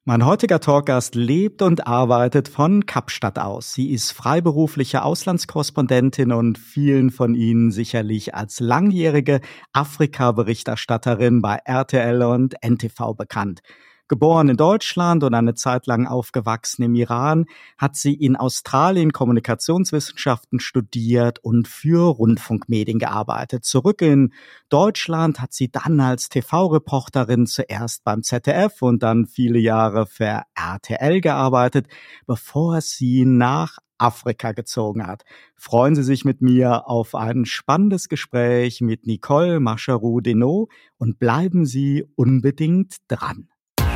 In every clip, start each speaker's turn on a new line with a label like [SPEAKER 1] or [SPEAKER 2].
[SPEAKER 1] Mein heutiger Talkgast lebt und arbeitet von Kapstadt aus. Sie ist freiberufliche Auslandskorrespondentin und vielen von Ihnen sicherlich als langjährige Afrika-Berichterstatterin bei RTL und NTV bekannt. Geboren in Deutschland und eine Zeit lang aufgewachsen im Iran, hat sie in Australien Kommunikationswissenschaften studiert und für Rundfunkmedien gearbeitet. Zurück in Deutschland hat sie dann als TV-Reporterin zuerst beim ZDF und dann viele Jahre für RTL gearbeitet, bevor sie nach Afrika gezogen hat. Freuen Sie sich mit mir auf ein spannendes Gespräch mit Nicole Mascharoux-Desnaux und bleiben Sie unbedingt dran.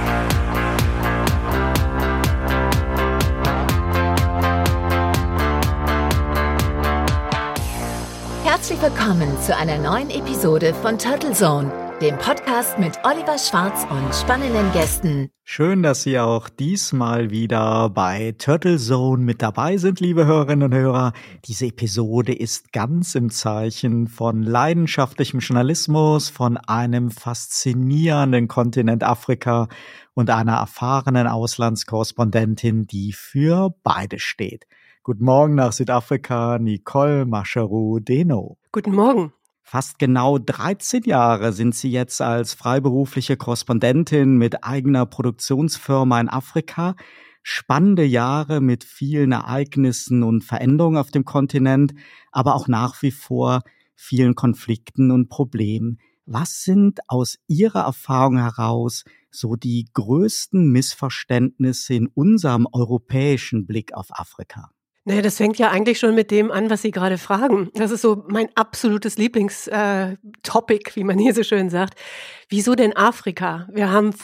[SPEAKER 2] Herzlich willkommen zu einer neuen Episode von Turtle Zone, dem Podcast mit Oliver Schwarz und spannenden Gästen.
[SPEAKER 1] Schön, dass Sie auch diesmal wieder bei Turtle Zone mit dabei sind, liebe Hörerinnen und Hörer. Diese Episode ist ganz im Zeichen von leidenschaftlichem Journalismus, von einem faszinierenden Kontinent Afrika und einer erfahrenen Auslandskorrespondentin, die für beide steht. Guten Morgen nach Südafrika, Nicole Mascharoux-Desnaux.
[SPEAKER 3] Guten Morgen.
[SPEAKER 1] Fast genau 13 Jahre sind Sie jetzt als freiberufliche Korrespondentin mit eigener Produktionsfirma in Afrika. Spannende Jahre mit vielen Ereignissen und Veränderungen auf dem Kontinent, aber auch nach wie vor vielen Konflikten und Problemen. Was sind aus Ihrer Erfahrung heraus so die größten Missverständnisse in unserem europäischen Blick auf Afrika?
[SPEAKER 3] Naja, das fängt ja eigentlich schon mit dem an, was Sie gerade fragen. Das ist so mein absolutes Lieblingstopic, wie man hier so schön sagt. Wieso denn Afrika? Wir haben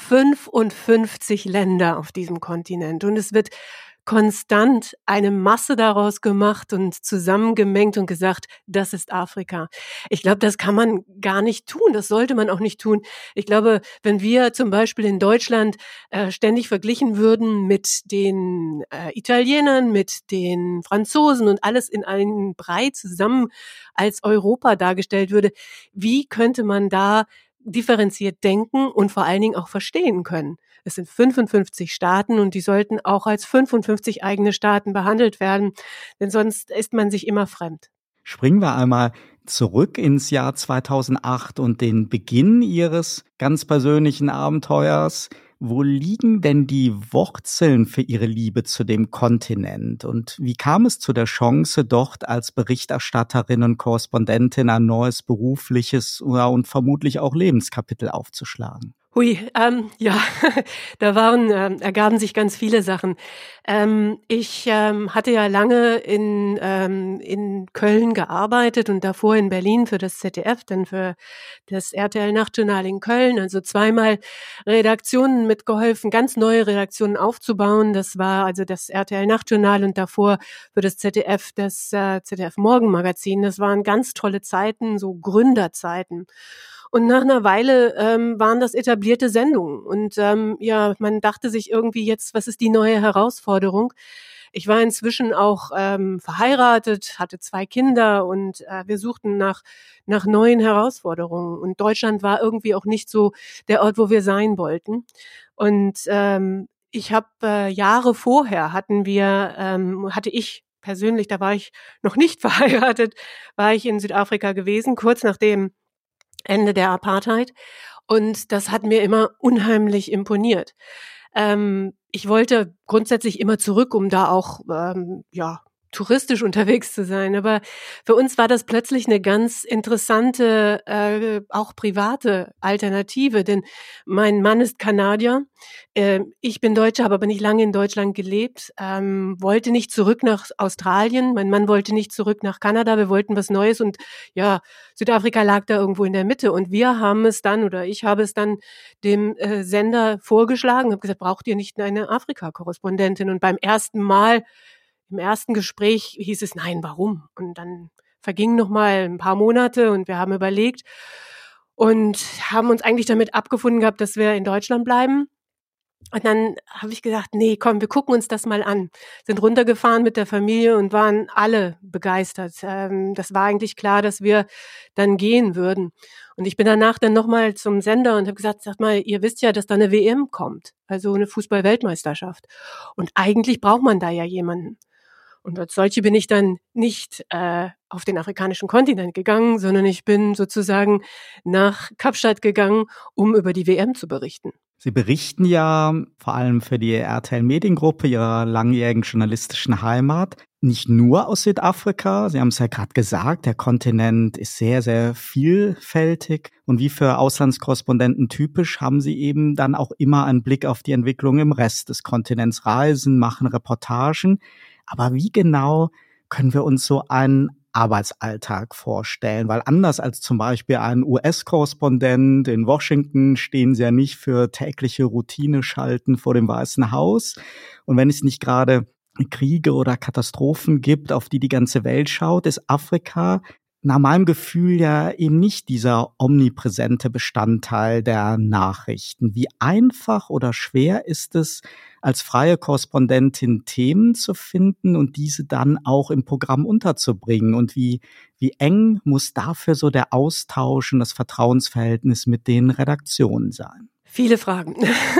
[SPEAKER 3] 55 Länder auf diesem Kontinent und es wird konstant eine Masse daraus gemacht und zusammengemengt und gesagt, das ist Afrika. Ich glaube, das kann man gar nicht tun, das sollte man auch nicht tun. Ich glaube, wenn wir zum Beispiel in Deutschland ständig verglichen würden mit den Italienern, mit den Franzosen und alles in einen Brei zusammen als Europa dargestellt würde, wie könnte man da differenziert denken und vor allen Dingen auch verstehen können? Es sind 55 Staaten und die sollten auch als 55 eigene Staaten behandelt werden, denn sonst ist man sich immer fremd.
[SPEAKER 1] Springen wir einmal zurück ins Jahr 2008 und den Beginn Ihres ganz persönlichen Abenteuers. Wo liegen denn die Wurzeln für Ihre Liebe zu dem Kontinent? Und wie kam es zu der Chance, dort als Berichterstatterin und Korrespondentin ein neues berufliches und vermutlich auch Lebenskapitel aufzuschlagen?
[SPEAKER 3] Hui, ja, da ergaben sich ganz viele Sachen. Ich hatte ja lange in Köln gearbeitet und davor in Berlin für das ZDF, dann für das RTL-Nachtjournal in Köln, also zweimal Redaktionen mitgeholfen, ganz neue Redaktionen aufzubauen. Das war also das RTL-Nachtjournal und davor für das ZDF, das ZDF-Morgenmagazin. Das waren ganz tolle Zeiten, so Gründerzeiten. Und nach einer Weile waren das etablierte Sendungen. Und man dachte sich irgendwie jetzt, was ist die neue Herausforderung? Ich war inzwischen auch verheiratet, hatte 2 Kinder und wir suchten nach neuen Herausforderungen. Und Deutschland war irgendwie auch nicht so der Ort, wo wir sein wollten. Und ich habe Jahre vorher hatte ich persönlich, da war ich noch nicht verheiratet, war ich in Südafrika gewesen, kurz nach dem Ende der Apartheid. Und das hat mir immer unheimlich imponiert. Ich wollte grundsätzlich immer zurück, um da auch touristisch unterwegs zu sein. Aber für uns war das plötzlich eine ganz interessante, auch private Alternative. Denn mein Mann ist Kanadier. Ich bin Deutsche, habe aber nicht lange in Deutschland gelebt. Wollte nicht zurück nach Australien. Mein Mann wollte nicht zurück nach Kanada. Wir wollten was Neues. Und ja, Südafrika lag da irgendwo in der Mitte. Und ich habe es dann dem Sender vorgeschlagen, habe gesagt, braucht ihr nicht eine Afrika-Korrespondentin? Und im ersten Gespräch hieß es, nein, warum? Und dann vergingen noch mal ein paar Monate und wir haben überlegt und haben uns eigentlich damit abgefunden gehabt, dass wir in Deutschland bleiben. Und dann habe ich gesagt, nee, komm, wir gucken uns das mal an. Sind runtergefahren mit der Familie und waren alle begeistert. Das war eigentlich klar, dass wir dann gehen würden. Und ich bin danach dann nochmal zum Sender und habe gesagt, sagt mal, ihr wisst ja, dass da eine WM kommt, also eine Fußball-Weltmeisterschaft. Und eigentlich braucht man da ja jemanden. Und als solche bin ich dann nicht auf den afrikanischen Kontinent gegangen, sondern ich bin sozusagen nach Kapstadt gegangen, um über die WM zu berichten.
[SPEAKER 1] Sie berichten ja vor allem für die RTL Mediengruppe, Ihrer langjährigen journalistischen Heimat, nicht nur aus Südafrika. Sie haben es ja gerade gesagt, der Kontinent ist sehr, sehr vielfältig. Und wie für Auslandskorrespondenten typisch, haben Sie eben dann auch immer einen Blick auf die Entwicklung im Rest des Kontinents, reisen, machen Reportagen. Aber wie genau können wir uns so einen Arbeitsalltag vorstellen? Weil anders als zum Beispiel ein US-Korrespondent in Washington stehen sie ja nicht für tägliche Routineschalten vor dem Weißen Haus. Und wenn es nicht gerade Kriege oder Katastrophen gibt, auf die ganze Welt schaut, ist Afrika nach meinem Gefühl ja eben nicht dieser omnipräsente Bestandteil der Nachrichten. Wie einfach oder schwer ist es, als freie Korrespondentin Themen zu finden und diese dann auch im Programm unterzubringen? Und wie eng muss dafür so der Austausch und das Vertrauensverhältnis mit den Redaktionen sein?
[SPEAKER 3] Viele Fragen.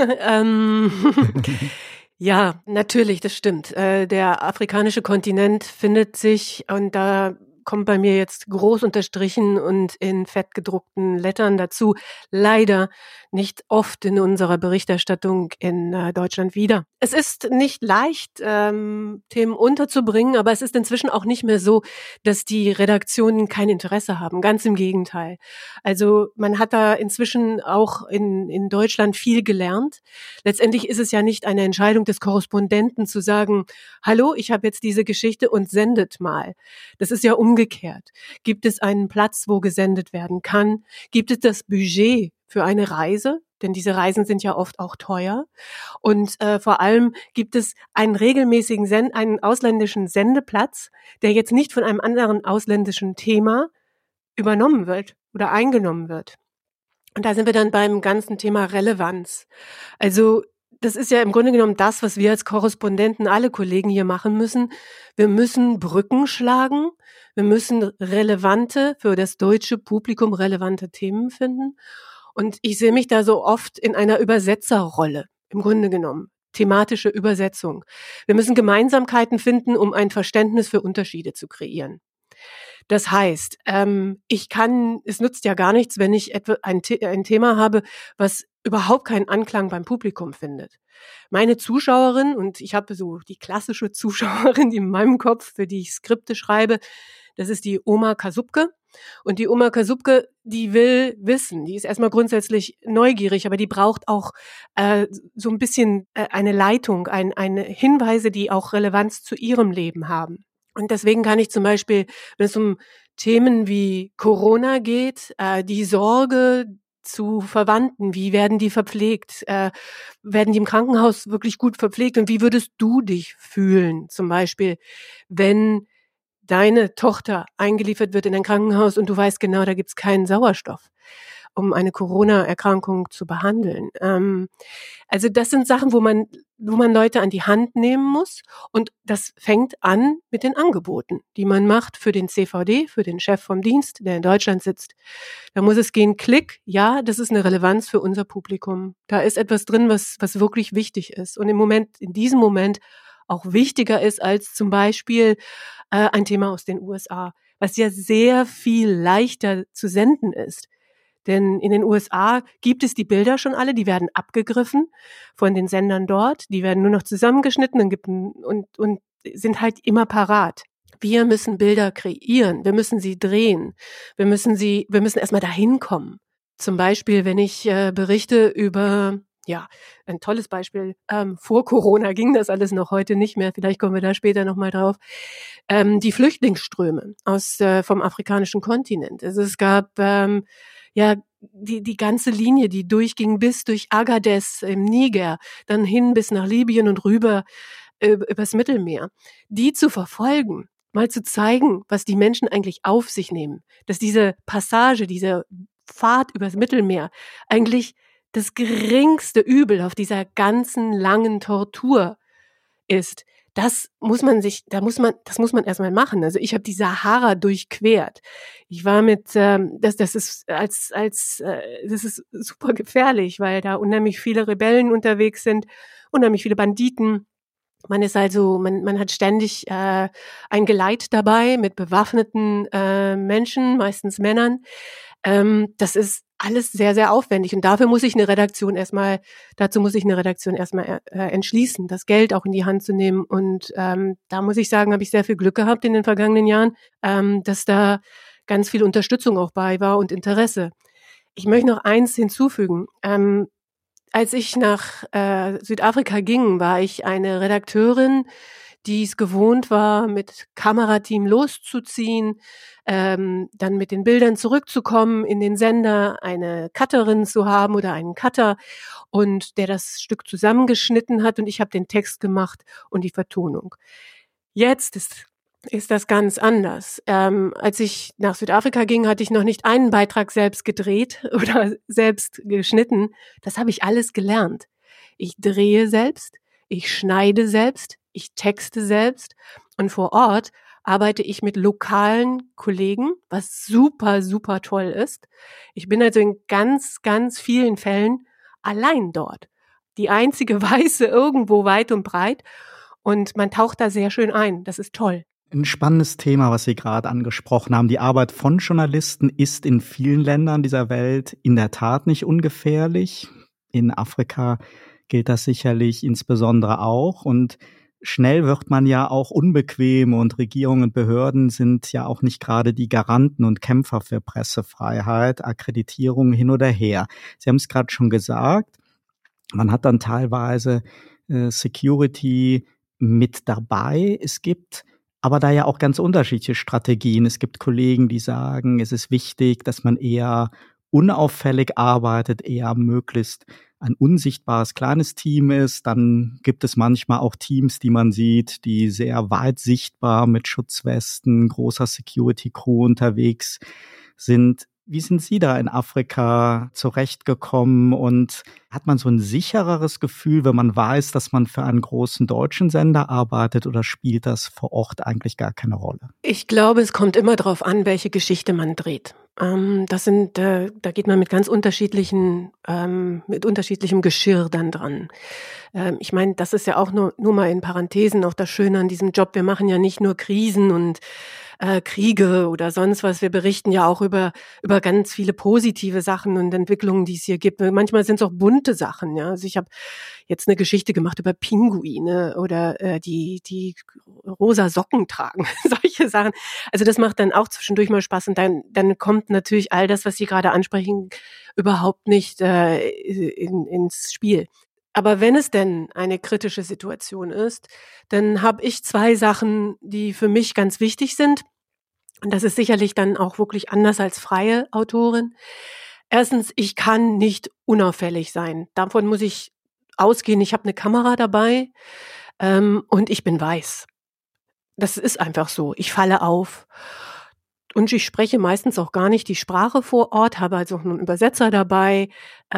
[SPEAKER 3] Ja, natürlich, das stimmt. Der afrikanische Kontinent findet sich, und da kommt bei mir jetzt groß unterstrichen und in fett gedruckten Lettern dazu, leider nicht oft in unserer Berichterstattung in Deutschland wieder. Es ist nicht leicht, Themen unterzubringen, aber es ist inzwischen auch nicht mehr so, dass die Redaktionen kein Interesse haben. Ganz im Gegenteil. Also man hat da inzwischen auch in Deutschland viel gelernt. Letztendlich ist es ja nicht eine Entscheidung des Korrespondenten zu sagen, hallo, ich habe jetzt diese Geschichte und sendet mal. Das ist ja umgekehrt. Gibt es einen Platz, wo gesendet werden kann? Gibt es das Budget für eine Reise? Denn diese Reisen sind ja oft auch teuer. Und vor allem gibt es einen regelmäßigen einen ausländischen Sendeplatz, der jetzt nicht von einem anderen ausländischen Thema übernommen wird oder eingenommen wird. Und da sind wir dann beim ganzen Thema Relevanz. Also das ist ja im Grunde genommen das, was wir als Korrespondenten, alle Kollegen hier machen müssen. Wir müssen Brücken schlagen. Wir müssen für das deutsche Publikum relevante Themen finden. Und ich sehe mich da so oft in einer Übersetzerrolle, im Grunde genommen. Thematische Übersetzung. Wir müssen Gemeinsamkeiten finden, um ein Verständnis für Unterschiede zu kreieren. Das heißt, es nützt ja gar nichts, wenn ich ein Thema habe, was überhaupt keinen Anklang beim Publikum findet. Meine Zuschauerin, und ich habe so die klassische Zuschauerin in meinem Kopf, für die ich Skripte schreibe, das ist die Oma Kasubke. Und die Oma Kasubke, die will wissen, die ist erstmal grundsätzlich neugierig, aber die braucht auch so ein bisschen eine Leitung, eine Hinweise, die auch Relevanz zu ihrem Leben haben. Und deswegen kann ich zum Beispiel, wenn es um Themen wie Corona geht, die Sorge zu Verwandten, wie werden die verpflegt, werden die im Krankenhaus wirklich gut verpflegt und wie würdest du dich fühlen, zum Beispiel, wenn deine Tochter eingeliefert wird in ein Krankenhaus und du weißt genau, da gibt's keinen Sauerstoff, um eine Corona-Erkrankung zu behandeln. Also das sind Sachen, wo man Leute an die Hand nehmen muss, und das fängt an mit den Angeboten, die man macht für den CVD, für den Chef vom Dienst, der in Deutschland sitzt. Da muss es gehen, Klick, ja, das ist eine Relevanz für unser Publikum. Da ist etwas drin, was wirklich wichtig ist und in diesem Moment auch wichtiger ist als zum Beispiel ein Thema aus den USA, was ja sehr viel leichter zu senden ist. Denn in den USA gibt es die Bilder schon alle, die werden abgegriffen von den Sendern dort, die werden nur noch zusammengeschnitten und sind halt immer parat. Wir müssen Bilder kreieren, wir müssen sie drehen, wir müssen erstmal dahin kommen. Zum Beispiel, wenn ich berichte über, ja, ein tolles Beispiel, vor Corona ging das alles noch, heute nicht mehr, vielleicht kommen wir da später nochmal drauf, die Flüchtlingsströme vom afrikanischen Kontinent. Also es gab die ganze Linie, die durchging bis durch Agadez im Niger, dann hin bis nach Libyen und rüber übers Mittelmeer. Die zu verfolgen, mal zu zeigen, was die Menschen eigentlich auf sich nehmen, dass diese Passage, diese Fahrt übers Mittelmeer eigentlich das geringste Übel auf dieser ganzen langen Tortur ist. Das muss man erstmal machen. Also ich habe die Sahara durchquert. Ich war das ist super gefährlich, weil da unheimlich viele Rebellen unterwegs sind, unheimlich viele Banditen. Man hat ständig ein Geleit dabei mit bewaffneten Menschen, meistens Männern. Das ist alles sehr, sehr aufwendig und dazu muss ich eine Redaktion erstmal entschließen, das Geld auch in die Hand zu nehmen. Und da muss ich sagen, habe ich sehr viel Glück gehabt in den vergangenen Jahren, dass da ganz viel Unterstützung auch bei war und Interesse. Ich möchte noch eins hinzufügen. Als ich nach Südafrika ging, war ich eine Redakteurin, die es gewohnt war, mit Kamerateam loszuziehen, dann mit den Bildern zurückzukommen in den Sender, eine Cutterin zu haben oder einen Cutter und der das Stück zusammengeschnitten hat und ich habe den Text gemacht und die Vertonung. Jetzt ist das ganz anders. Als ich nach Südafrika ging, hatte ich noch nicht einen Beitrag selbst gedreht oder selbst geschnitten. Das habe ich alles gelernt. Ich drehe selbst, ich schneide selbst, ich texte selbst und vor Ort arbeite ich mit lokalen Kollegen, was super, super toll ist. Ich bin also in ganz, ganz vielen Fällen allein dort. Die einzige Weiße irgendwo weit und breit und man taucht da sehr schön ein. Das ist toll.
[SPEAKER 1] Ein spannendes Thema, was Sie gerade angesprochen haben. Die Arbeit von Journalisten ist in vielen Ländern dieser Welt in der Tat nicht ungefährlich. In Afrika gilt das sicherlich insbesondere auch. Und schnell wird man ja auch unbequem und Regierungen und Behörden sind ja auch nicht gerade die Garanten und Kämpfer für Pressefreiheit, Akkreditierung hin oder her. Sie haben es gerade schon gesagt, man hat dann teilweise Security mit dabei. Es gibt aber da ja auch ganz unterschiedliche Strategien. Es gibt Kollegen, die sagen, es ist wichtig, dass man eher unauffällig arbeitet, eher möglichst ein unsichtbares kleines Team ist. Dann gibt es manchmal auch Teams, die man sieht, die sehr weit sichtbar mit Schutzwesten, großer Security-Crew unterwegs sind. Wie sind Sie da in Afrika zurechtgekommen und hat man so ein sichereres Gefühl, wenn man weiß, dass man für einen großen deutschen Sender arbeitet oder spielt das vor Ort eigentlich gar keine Rolle?
[SPEAKER 3] Ich glaube, es kommt immer darauf an, welche Geschichte man dreht. Da geht man mit ganz unterschiedlichem Geschirr dann dran. Ich meine, das ist ja auch nur mal in Parenthesen auch das Schöne an diesem Job. Wir machen ja nicht nur Krisen und Kriege oder sonst was. Wir berichten ja auch über ganz viele positive Sachen und Entwicklungen, die es hier gibt. Manchmal sind es auch bunte Sachen. Ja, also ich habe jetzt eine Geschichte gemacht über Pinguine oder die rosa Socken tragen, solche Sachen. Also das macht dann auch zwischendurch mal Spaß und dann kommt natürlich all das, was Sie gerade ansprechen, überhaupt nicht ins Spiel. Aber wenn es denn eine kritische Situation ist, dann habe ich 2 Sachen, die für mich ganz wichtig sind. Und das ist sicherlich dann auch wirklich anders als freie Autorin. Erstens, ich kann nicht unauffällig sein. Davon muss ich ausgehen. Ich habe eine Kamera dabei und ich bin weiß. Das ist einfach so. Ich falle auf. Und ich spreche meistens auch gar nicht die Sprache vor Ort, habe also auch einen Übersetzer dabei.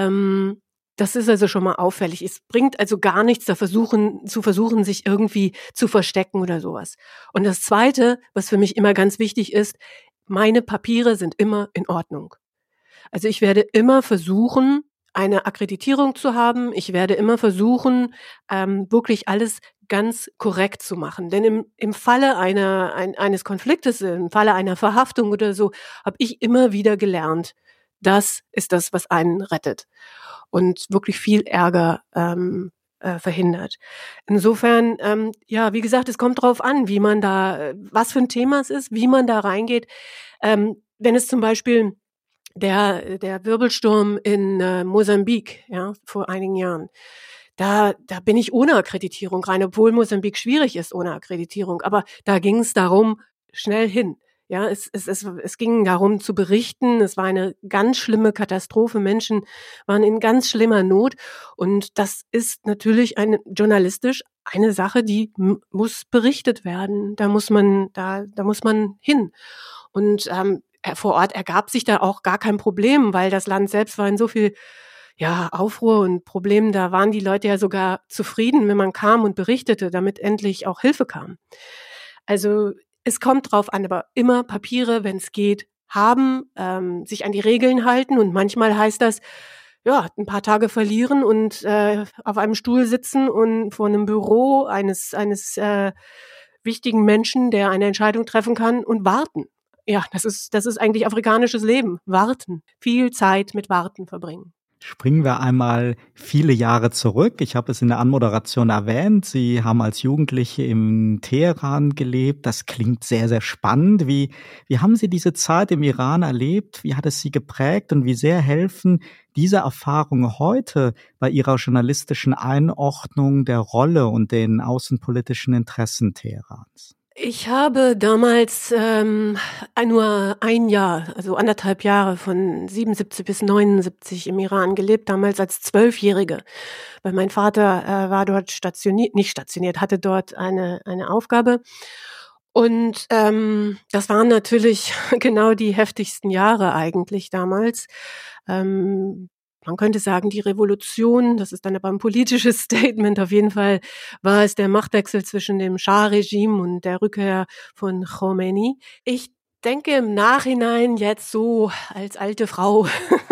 [SPEAKER 3] Das ist also schon mal auffällig. Es bringt also gar nichts, zu versuchen, sich irgendwie zu verstecken oder sowas. Und das Zweite, was für mich immer ganz wichtig ist, meine Papiere sind immer in Ordnung. Also ich werde immer versuchen, eine Akkreditierung zu haben. Ich werde immer versuchen, wirklich alles ganz korrekt zu machen. Denn im Falle eines Konfliktes, im Falle einer Verhaftung oder so, habe ich immer wieder gelernt, das ist das, was einen rettet und wirklich viel Ärger verhindert. Insofern, wie gesagt, es kommt drauf an, wie man da, was für ein Thema es ist, wie man da reingeht. Wenn es zum Beispiel der Wirbelsturm in Mosambik, ja, vor einigen Jahren, da bin ich ohne Akkreditierung rein, obwohl Mosambik schwierig ist ohne Akkreditierung. Aber da ging es darum, schnell hin. Ja, es ging darum zu berichten. Es war eine ganz schlimme Katastrophe. Menschen waren in ganz schlimmer Not. Und das ist natürlich journalistisch eine Sache, die muss berichtet werden. Da muss man hin. Und vor Ort ergab sich da auch gar kein Problem, weil das Land selbst war in so viel Aufruhr und Problemen. Da waren die Leute ja sogar zufrieden, wenn man kam und berichtete, damit endlich auch Hilfe kam. Also es kommt drauf an, aber immer Papiere, wenn es geht, haben, sich an die Regeln halten. Und manchmal heißt das, ein paar Tage verlieren und auf einem Stuhl sitzen und vor einem Büro eines wichtigen Menschen, der eine Entscheidung treffen kann, und warten. Ja, das ist eigentlich afrikanisches Leben. Warten. Viel Zeit mit Warten verbringen.
[SPEAKER 1] Springen wir einmal viele Jahre zurück. Ich habe es in der Anmoderation erwähnt. Sie haben als Jugendliche im Teheran gelebt. Das klingt sehr, sehr spannend. Wie haben Sie diese Zeit im Iran erlebt? Wie hat es Sie geprägt und wie sehr helfen diese Erfahrungen heute bei Ihrer journalistischen Einordnung der Rolle und den außenpolitischen Interessen Teherans?
[SPEAKER 3] Ich habe damals nur ein Jahr, also 1,5 Jahre, von 77 bis 79 im Iran gelebt, damals als 12-Jährige. Weil mein Vater war dort nicht stationiert, hatte dort eine Aufgabe. Und das waren natürlich genau die heftigsten Jahre eigentlich damals. Man könnte sagen, die Revolution, das ist dann aber ein politisches Statement. Auf jeden Fall war es der Machtwechsel zwischen dem Schah-Regime und der Rückkehr von Khomeini. Ich denke im Nachhinein jetzt so als alte Frau,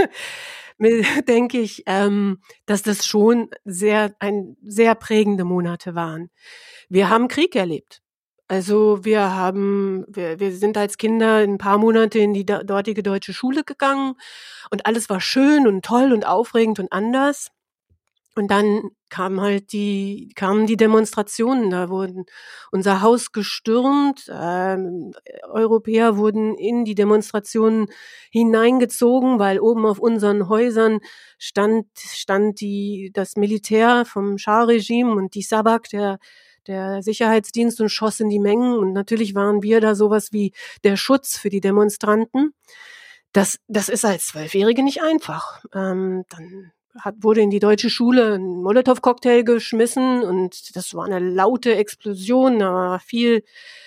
[SPEAKER 3] denke ich, dass das schon sehr prägende Monate waren. Wir haben Krieg erlebt. Also wir sind als Kinder ein paar Monate in die dortige deutsche Schule gegangen und alles war schön und toll und aufregend und anders. Und dann kamen die Demonstrationen, da wurden unser Haus gestürmt, Europäer wurden in die Demonstrationen hineingezogen, weil oben auf unseren Häusern stand das Militär vom Schah-Regime und die Sabak, der Sicherheitsdienst, und schoss in die Mengen. Und natürlich waren wir da sowas wie der Schutz für die Demonstranten. Das ist als Zwölfjährige nicht einfach. Dann wurde in die deutsche Schule ein Molotow-Cocktail geschmissen und das war eine laute Explosion. Da war viele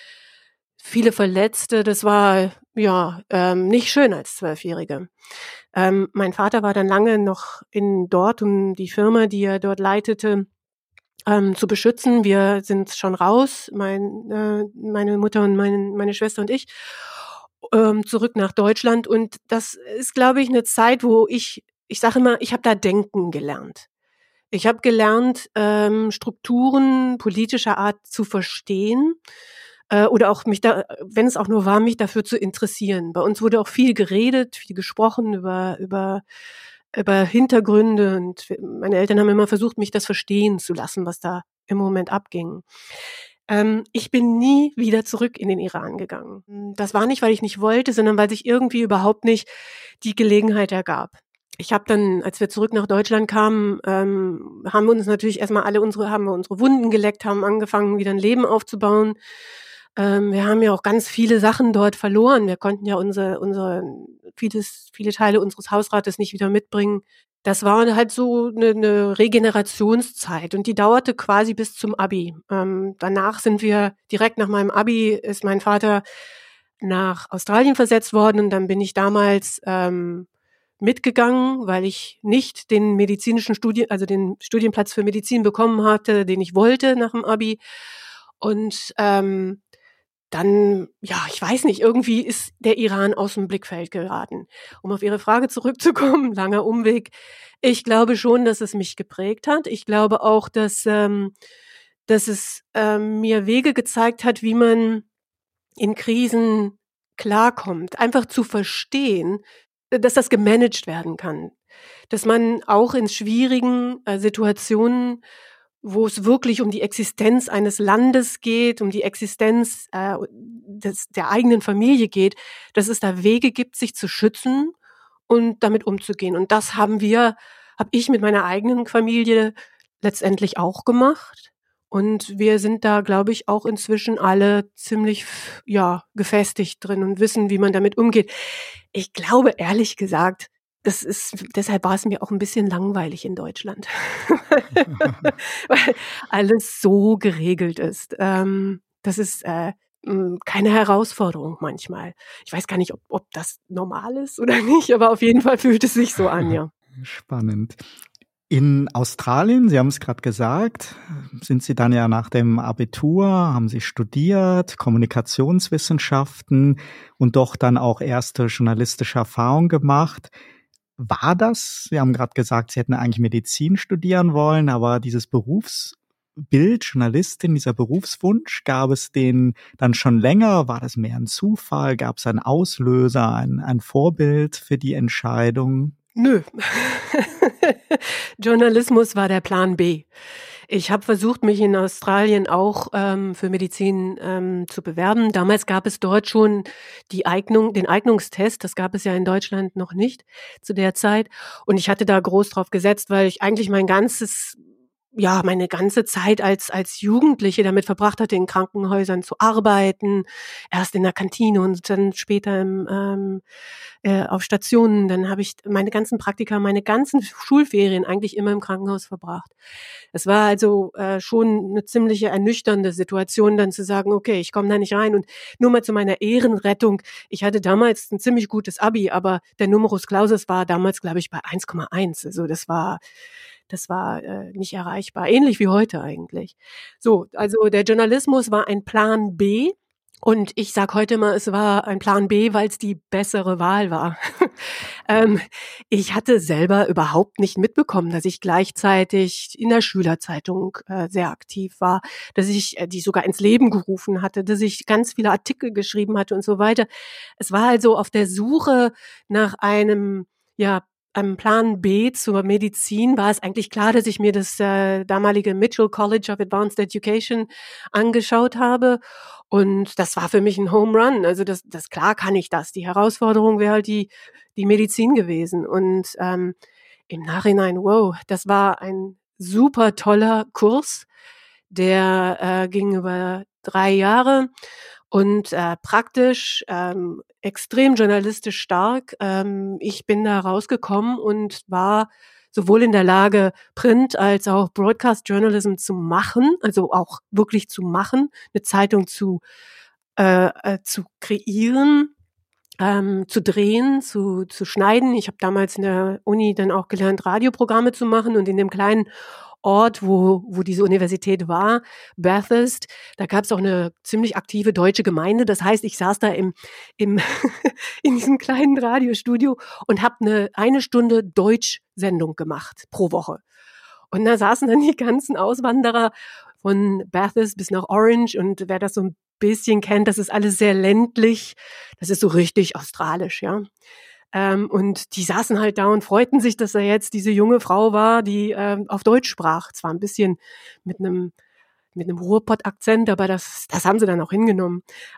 [SPEAKER 3] Verletzte. Das war nicht schön als Zwölfjährige. Mein Vater war dann lange noch dort, um die Firma, die er dort leitete, zu beschützen. Wir sind schon raus, meine Mutter und meine Schwester und ich, zurück nach Deutschland. Und das ist, glaube ich, eine Zeit, wo ich sage immer, ich habe da denken gelernt. Ich habe gelernt, Strukturen politischer Art zu verstehen, oder auch wenn es auch nur war, mich dafür zu interessieren. Bei uns wurde auch viel geredet, viel gesprochen über Hintergründe, und meine Eltern haben immer versucht, mich das verstehen zu lassen, was da im Moment abging. Ich bin nie wieder zurück in den Iran gegangen. Das war nicht, weil ich nicht wollte, sondern weil sich irgendwie überhaupt nicht die Gelegenheit ergab. Ich habe dann, als wir zurück nach Deutschland kamen, haben wir uns natürlich erstmal unsere Wunden geleckt, haben angefangen, wieder ein Leben aufzubauen. Wir haben ja auch ganz viele Sachen dort verloren. Wir konnten ja viele Teile unseres Hausrates nicht wieder mitbringen. Das war halt so eine Regenerationszeit, und die dauerte quasi bis zum Abi. Danach direkt nach meinem Abi ist mein Vater nach Australien versetzt worden, und dann bin ich damals mitgegangen, weil ich nicht den den Studienplatz für Medizin bekommen hatte, den ich wollte nach dem Abi. Und dann, ich weiß nicht, irgendwie ist der Iran aus dem Blickfeld geraten. Um auf Ihre Frage zurückzukommen, langer Umweg. Ich glaube schon, dass es mich geprägt hat. Ich glaube auch, dass es mir Wege gezeigt hat, wie man in Krisen klarkommt. Einfach zu verstehen, dass das gemanagt werden kann. Dass man auch in schwierigen Situationen, wo es wirklich um die Existenz eines Landes geht, um die Existenz der eigenen Familie geht, dass es da Wege gibt, sich zu schützen und damit umzugehen. Und das habe ich mit meiner eigenen Familie letztendlich auch gemacht. Und wir sind da, glaube ich, auch inzwischen alle ziemlich gefestigt drin und wissen, wie man damit umgeht. Ich glaube, ehrlich gesagt, deshalb war es mir auch ein bisschen langweilig in Deutschland, weil alles so geregelt ist. Das ist keine Herausforderung manchmal. Ich weiß gar nicht, ob das normal ist oder nicht, aber auf jeden Fall fühlt es sich so an, ja.
[SPEAKER 1] Spannend. In Australien, Sie haben es gerade gesagt, sind Sie dann ja nach dem Abitur, haben Sie studiert, Kommunikationswissenschaften und doch dann auch erste journalistische Erfahrung gemacht. War das, Sie haben gerade gesagt, Sie hätten eigentlich Medizin studieren wollen, aber dieses Berufsbild, Journalistin, dieser Berufswunsch, gab es den dann schon länger? War das mehr ein Zufall? Gab es einen Auslöser, ein Vorbild für die Entscheidung?
[SPEAKER 3] Nö. Journalismus war der Plan B. Ich habe versucht, mich in Australien auch für Medizin zu bewerben. Damals gab es dort schon den Eignungstest. Das gab es ja in Deutschland noch nicht zu der Zeit. Und ich hatte da groß drauf gesetzt, weil ich eigentlich meine ganze Zeit als Jugendliche damit verbracht hatte, in Krankenhäusern zu arbeiten. Erst in der Kantine und dann später auf Stationen. Dann habe ich meine ganzen Praktika, meine ganzen Schulferien eigentlich immer im Krankenhaus verbracht. Es war also schon eine ziemliche ernüchternde Situation, dann zu sagen, okay, ich komme da nicht rein. Und nur mal zu meiner Ehrenrettung, ich hatte damals ein ziemlich gutes Abi, aber der Numerus Clausus war damals, glaube ich, bei 1,1. Also das war nicht erreichbar, ähnlich wie heute eigentlich. So, also der Journalismus war ein Plan B. Und ich sage heute mal, es war ein Plan B, weil es die bessere Wahl war. Ich hatte selber überhaupt nicht mitbekommen, dass ich gleichzeitig in der Schülerzeitung sehr aktiv war, dass ich die sogar ins Leben gerufen hatte, dass ich ganz viele Artikel geschrieben hatte und so weiter. Es war also auf der Suche nach einem Plan B zur Medizin war es eigentlich klar, dass ich mir das damalige Mitchell College of Advanced Education angeschaut habe. Und das war für mich ein Home Run. Also das klar kann ich das. Die Herausforderung wäre halt die Medizin gewesen. Und im Nachhinein, wow, das war ein super toller Kurs. Der ging über 3 Jahre. Und praktisch extrem journalistisch stark. Ich bin da rausgekommen und war sowohl in der Lage, Print als auch Broadcast Journalism zu machen, also auch wirklich zu machen, eine Zeitung zu kreieren, zu drehen, zu schneiden. Ich habe damals in der Uni dann auch gelernt, Radioprogramme zu machen und in dem kleinen Ort, wo diese Universität war, Bathurst, da gab es auch eine ziemlich aktive deutsche Gemeinde. Das heißt, ich saß da in diesem kleinen Radiostudio und habe eine Stunde Deutsch-Sendung gemacht pro Woche. Und da saßen dann die ganzen Auswanderer von Bathurst bis nach Orange. Und wer das so ein bisschen kennt, das ist alles sehr ländlich. Das ist so richtig australisch, ja. Und die saßen halt da und freuten sich, dass da jetzt diese junge Frau war, die auf Deutsch sprach. Zwar ein bisschen mit einem Ruhrpott-Akzent, aber das haben sie dann auch hingenommen.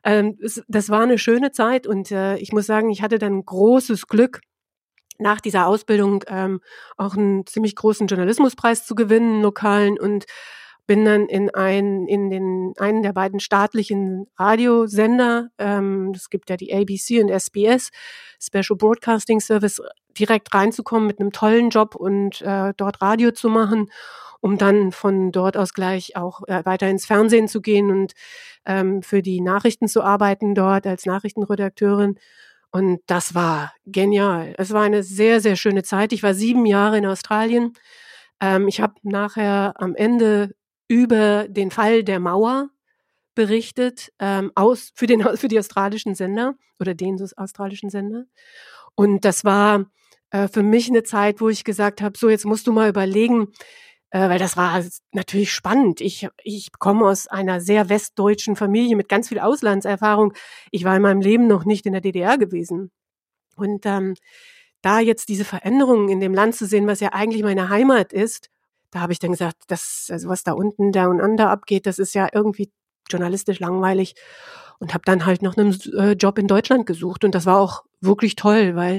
[SPEAKER 3] Das war eine schöne Zeit und ich muss sagen, ich hatte dann großes Glück, nach dieser Ausbildung auch einen ziemlich großen Journalismuspreis zu gewinnen, lokalen, und bin dann in einen der beiden staatlichen Radiosender, es gibt ja die ABC und SBS, Special Broadcasting Service, direkt reinzukommen mit einem tollen Job und dort Radio zu machen, um dann von dort aus gleich auch weiter ins Fernsehen zu gehen und für die Nachrichten zu arbeiten dort als Nachrichtenredakteurin. Und das war genial. Es war eine sehr, sehr schöne Zeit. Ich war 7 Jahre in Australien. Ich habe nachher am Ende über den Fall der Mauer berichtet, für die australischen Sender oder den australischen Sender. Und das war für mich eine Zeit, wo ich gesagt habe, so, jetzt musst du mal überlegen, weil das war natürlich spannend. Ich komme aus einer sehr westdeutschen Familie mit ganz viel Auslandserfahrung. Ich war in meinem Leben noch nicht in der DDR gewesen. Und da jetzt diese Veränderungen in dem Land zu sehen, was ja eigentlich meine Heimat ist, da habe ich dann gesagt, also was da unten, Down Under abgeht, das ist ja irgendwie journalistisch langweilig, und habe dann halt noch einen Job in Deutschland gesucht. Und das war auch wirklich toll, weil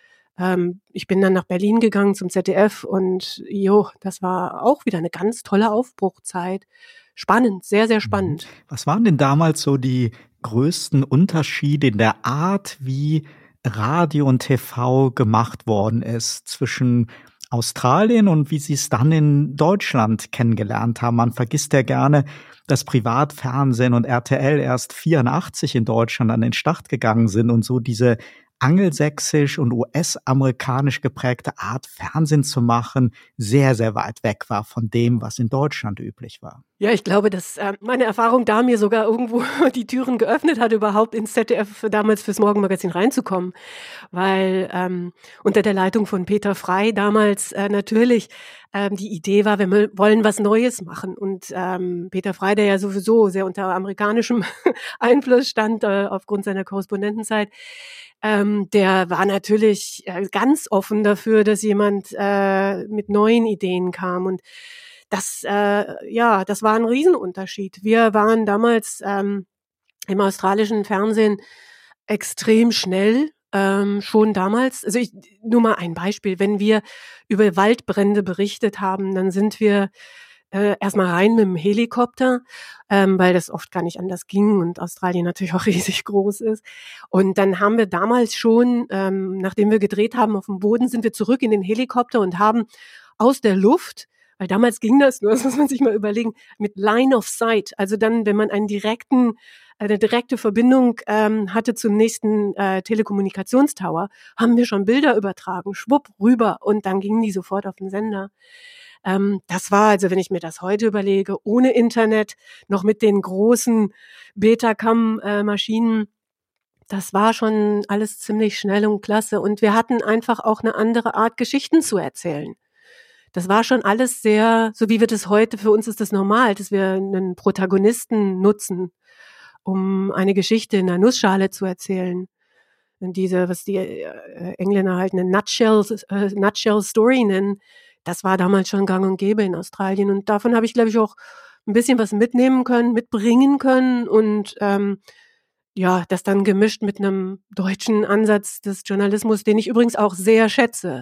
[SPEAKER 3] ich bin dann nach Berlin gegangen zum ZDF und das war auch wieder eine ganz tolle Aufbruchzeit. Spannend, sehr, sehr spannend.
[SPEAKER 1] Was waren denn damals so die größten Unterschiede in der Art, wie Radio und TV gemacht worden ist zwischen Australien und wie Sie es dann in Deutschland kennengelernt haben? Man vergisst ja gerne, dass Privatfernsehen und RTL erst 84 in Deutschland an den Start gegangen sind und so diese angelsächsisch und US-amerikanisch geprägte Art, Fernsehen zu machen, sehr, sehr weit weg war von dem, was in Deutschland üblich war.
[SPEAKER 3] Ja, ich glaube, dass meine Erfahrung da mir sogar irgendwo die Türen geöffnet hat, überhaupt ins ZDF damals fürs Morgenmagazin reinzukommen. Weil unter der Leitung von Peter Frey damals natürlich die Idee war, wir wollen was Neues machen. Und Peter Frey, der ja sowieso sehr unter amerikanischem Einfluss stand aufgrund seiner Korrespondentenzeit, der war natürlich ganz offen dafür, dass jemand mit neuen Ideen kam. Und das war ein Riesenunterschied. Wir waren damals im australischen Fernsehen extrem schnell, schon damals. Also nur mal ein Beispiel. Wenn wir über Waldbrände berichtet haben, dann sind wir erstmal rein mit dem Helikopter, weil das oft gar nicht anders ging und Australien natürlich auch riesig groß ist. Und dann haben wir damals schon, nachdem wir gedreht haben auf dem Boden, sind wir zurück in den Helikopter und haben aus der Luft, weil damals ging das nur, das muss man sich mal überlegen, mit Line of Sight, also dann, wenn man eine direkte Verbindung hatte zum nächsten Telekommunikationstower, haben wir schon Bilder übertragen, schwupp, rüber und dann gingen die sofort auf den Sender. Das war, also wenn ich mir das heute überlege, ohne Internet, noch mit den großen Betacam-Maschinen, das war schon alles ziemlich schnell und klasse. Und wir hatten einfach auch eine andere Art, Geschichten zu erzählen. Das war schon alles sehr, so wie wir das heute, für uns ist das normal, dass wir einen Protagonisten nutzen, um eine Geschichte in einer Nussschale zu erzählen. Und diese, was die Engländer halt eine Nutshell Story nennen, das war damals schon gang und gäbe in Australien. Und davon habe ich, glaube ich, auch ein bisschen was mitbringen können und das dann gemischt mit einem deutschen Ansatz des Journalismus, den ich übrigens auch sehr schätze.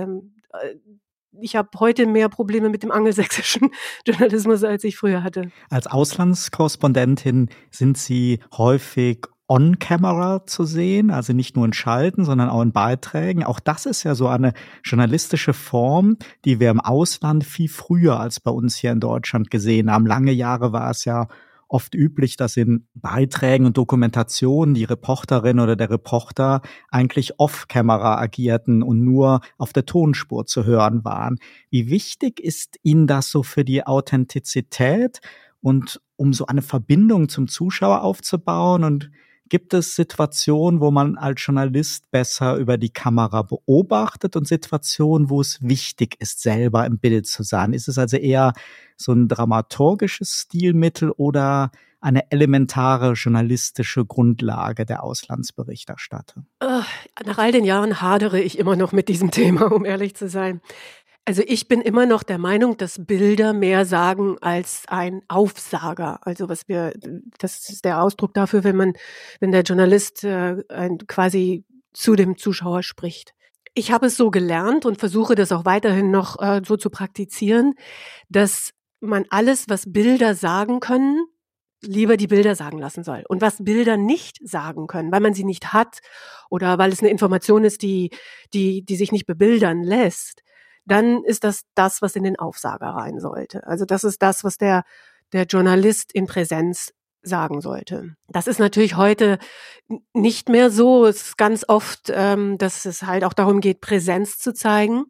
[SPEAKER 3] Ich habe heute mehr Probleme mit dem angelsächsischen Journalismus, als ich früher hatte.
[SPEAKER 1] Als Auslandskorrespondentin sind Sie häufig on-camera zu sehen, also nicht nur in Schalten, sondern auch in Beiträgen. Auch das ist ja so eine journalistische Form, die wir im Ausland viel früher als bei uns hier in Deutschland gesehen haben. Lange Jahre war es ja oft üblich, dass in Beiträgen und Dokumentationen die Reporterin oder der Reporter eigentlich off-camera agierten und nur auf der Tonspur zu hören waren. Wie wichtig ist Ihnen das so für die Authentizität und um so eine Verbindung zum Zuschauer aufzubauen? Und gibt es Situationen, wo man als Journalist besser über die Kamera beobachtet und Situationen, wo es wichtig ist, selber im Bild zu sein? Ist es also eher so ein dramaturgisches Stilmittel oder eine elementare journalistische Grundlage der Auslandsberichterstattung?
[SPEAKER 3] Nach all den Jahren hadere ich immer noch mit diesem Thema, um ehrlich zu sein. Also ich bin immer noch der Meinung, dass Bilder mehr sagen als ein Aufsager. Also das ist der Ausdruck dafür, wenn der Journalist quasi zu dem Zuschauer spricht. Ich habe es so gelernt und versuche das auch weiterhin noch so zu praktizieren, dass man alles, was Bilder sagen können, lieber die Bilder sagen lassen soll. Und was Bilder nicht sagen können, weil man sie nicht hat oder weil es eine Information ist, die sich nicht bebildern lässt, dann ist das, was in den Aufsager rein sollte. Also das ist das, was der Journalist in Präsenz sagen sollte. Das ist natürlich heute nicht mehr so. Es ist ganz oft, dass es halt auch darum geht, Präsenz zu zeigen.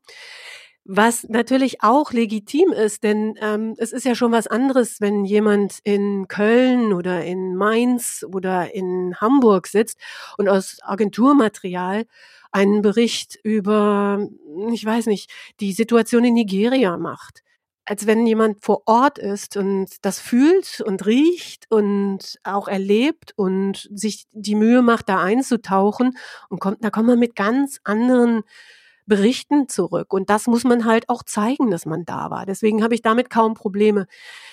[SPEAKER 3] Was natürlich auch legitim ist, denn es ist ja schon was anderes, wenn jemand in Köln oder in Mainz oder in Hamburg sitzt und aus Agenturmaterial einen Bericht über, ich weiß nicht, die Situation in Nigeria macht. Als wenn jemand vor Ort ist und das fühlt und riecht und auch erlebt und sich die Mühe macht, da einzutauchen und da kommt man mit ganz anderen Berichten zurück. Und das muss man halt auch zeigen, dass man da war. Deswegen habe ich damit kaum Probleme.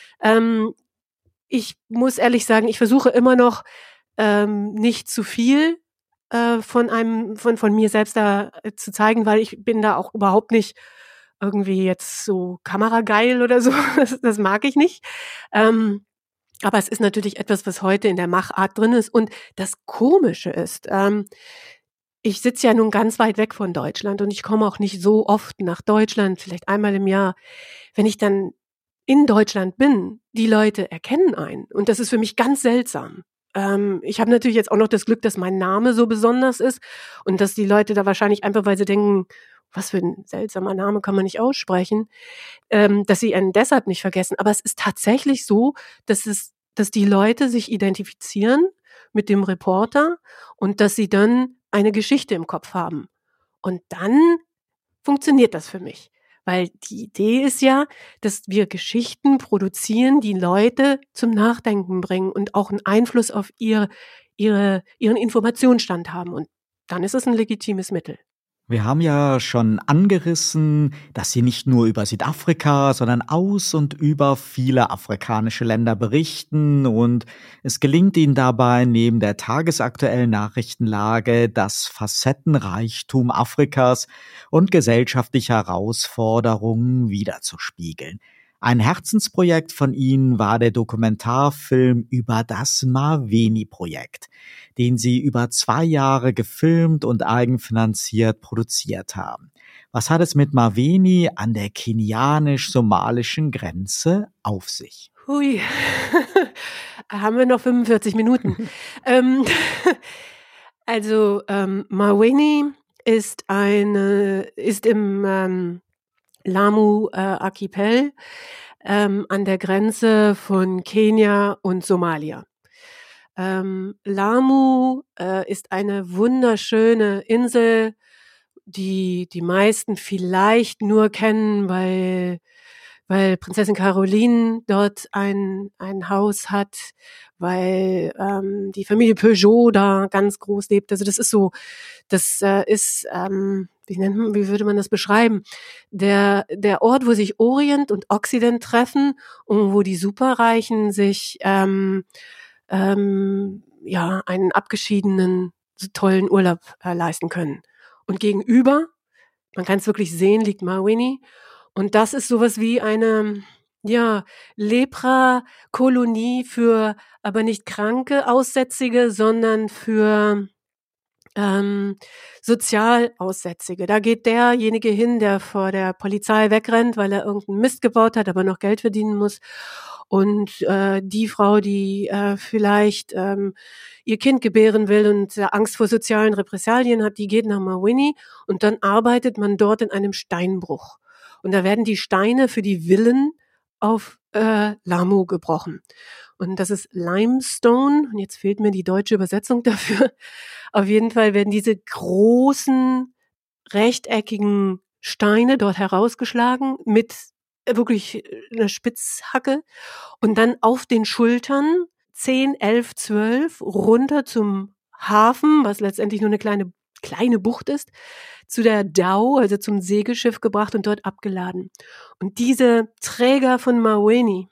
[SPEAKER 3] Ich muss ehrlich sagen, ich versuche immer noch nicht zu viel von mir selbst da zu zeigen, weil ich bin da auch überhaupt nicht irgendwie jetzt so kamerageil oder so. Das mag ich nicht. Aber es ist natürlich etwas, was heute in der Machart drin ist. Und das Komische ist, ich sitze ja nun ganz weit weg von Deutschland und ich komme auch nicht so oft nach Deutschland, vielleicht einmal im Jahr. Wenn ich dann in Deutschland bin, die Leute erkennen einen. Und das ist für mich ganz seltsam. ich habe natürlich jetzt auch noch das Glück, dass mein Name so besonders ist und dass die Leute da wahrscheinlich einfach, weil sie denken, was für ein seltsamer Name, kann man nicht aussprechen, dass sie einen deshalb nicht vergessen. Aber es ist tatsächlich so, dass die Leute sich identifizieren mit dem Reporter und dass sie dann eine Geschichte im Kopf haben. Und dann funktioniert das für mich. Weil die Idee ist ja, dass wir Geschichten produzieren, die Leute zum Nachdenken bringen und auch einen Einfluss auf ihren Informationsstand haben. Und dann ist es ein legitimes Mittel.
[SPEAKER 1] Wir haben ja schon angerissen, dass Sie nicht nur über Südafrika, sondern aus und über viele afrikanische Länder berichten und es gelingt Ihnen dabei, neben der tagesaktuellen Nachrichtenlage das Facettenreichtum Afrikas und gesellschaftliche Herausforderungen widerzuspiegeln. Ein Herzensprojekt von Ihnen war der Dokumentarfilm über das Maweni-Projekt, den Sie über 2 Jahre gefilmt und eigenfinanziert produziert haben. Was hat es mit Maweni an der kenianisch-somalischen Grenze auf sich?
[SPEAKER 3] Hui, haben wir noch 45 Minuten. Maweni ist im Lamu-Archipel an der Grenze von Kenia und Somalia. Lamu ist eine wunderschöne Insel, die die meisten vielleicht nur kennen, weil Prinzessin Caroline dort ein Haus hat, weil die Familie Peugeot da ganz groß lebt. Also das ist wie würde man das beschreiben? Der Ort, wo sich Orient und Okzident treffen und wo die Superreichen sich einen abgeschiedenen, tollen Urlaub leisten können. Und gegenüber, man kann es wirklich sehen, liegt Maweni. Und das ist sowas wie eine Lepra-Kolonie für aber nicht kranke Aussätzige, sondern für Sozialaussätzige. Da geht derjenige hin, der vor der Polizei wegrennt, weil er irgendeinen Mist gebaut hat, aber noch Geld verdienen muss. Und die Frau, die vielleicht ihr Kind gebären will und Angst vor sozialen Repressalien hat, die geht nach Maweni und dann arbeitet man dort in einem Steinbruch. Und da werden die Steine für die Villen auf Lamu gebrochen. Und das ist Limestone. Und jetzt fehlt mir die deutsche Übersetzung dafür. Auf jeden Fall werden diese großen, rechteckigen Steine dort herausgeschlagen mit wirklich einer Spitzhacke und dann auf den Schultern 10, 11, 12 runter zum Hafen, was letztendlich nur eine kleine Bucht ist, zu der Dhow, also zum Segelschiff gebracht und dort abgeladen. Und diese Träger von Maweni,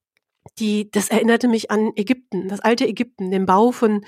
[SPEAKER 3] das erinnerte mich an Ägypten, das alte Ägypten, den Bau von